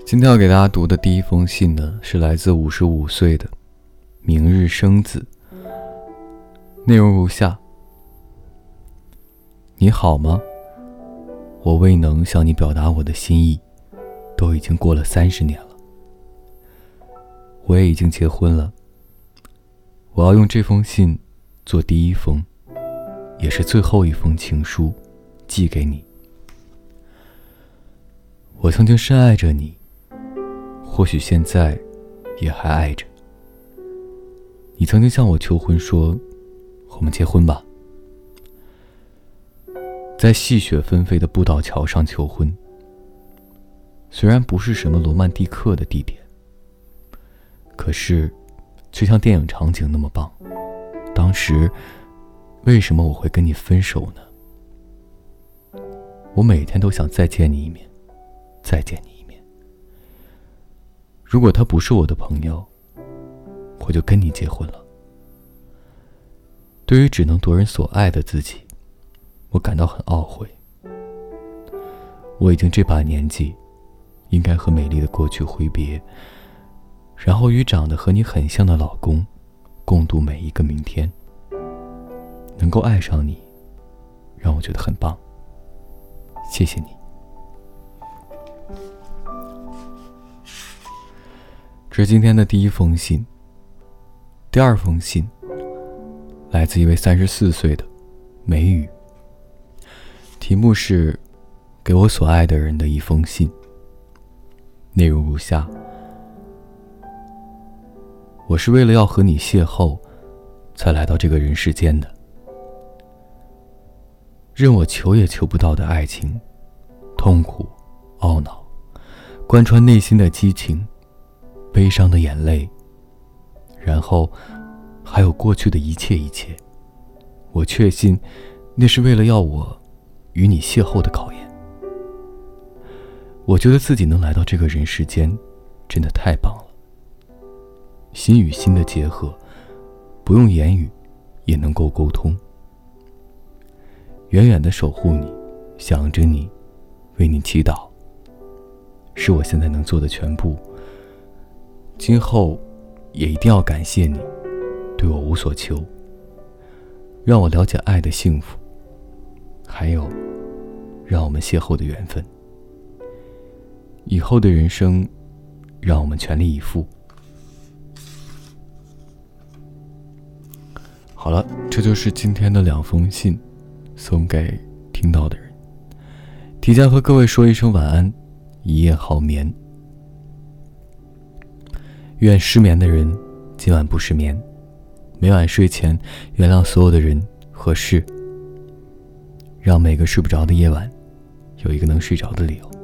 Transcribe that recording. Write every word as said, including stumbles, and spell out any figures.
今天要给大家读的第一封信呢，是来自五十五岁的明日生子，内容如下：你好吗？我未能向你表达我的心意，都已经过了三十年了。我也已经结婚了。我要用这封信做第一封，也是最后一封情书，寄给你。我曾经深爱着你，或许现在也还爱着。你曾经向我求婚说，我们结婚吧。在细雪纷飞的步道桥上求婚，虽然不是什么罗曼蒂克的地点，可是却像电影场景那么棒。当时为什么我会跟你分手呢？我每天都想再见你一面，再见你一面。如果他不是我的朋友，我就跟你结婚了。对于只能夺人所爱的自己，我感到很懊悔。我已经这把年纪，应该和美丽的过去挥别，然后与长得和你很像的老公共度每一个明天。能够爱上你，让我觉得很棒。谢谢你。这是今天的第一封信。第二封信来自一位三十四岁的梅雨，题目是给我所爱的人的一封信，内容如下：我是为了要和你邂逅才来到这个人世间的，任我求也求不到的爱情，痛苦、懊恼，贯穿内心的激情，悲伤的眼泪，然后还有过去的一切一切，我确信那是为了要我与你邂逅的考验。我觉得自己能来到这个人世间真的太棒了，心与心的结合，不用言语也能够沟通。远远地守护你，想着你，为你祈祷，是我现在能做的全部。今后也一定要感谢你对我无所求，让我了解爱的幸福，还有让我们邂逅的缘分。以后的人生，让我们全力以赴。好了，这就是今天的两封信，送给听到的人。提前和各位说一声晚安，一夜好眠。愿失眠的人今晚不失眠，每晚睡前原谅所有的人和事，让每个睡不着的夜晚有一个能睡着的理由。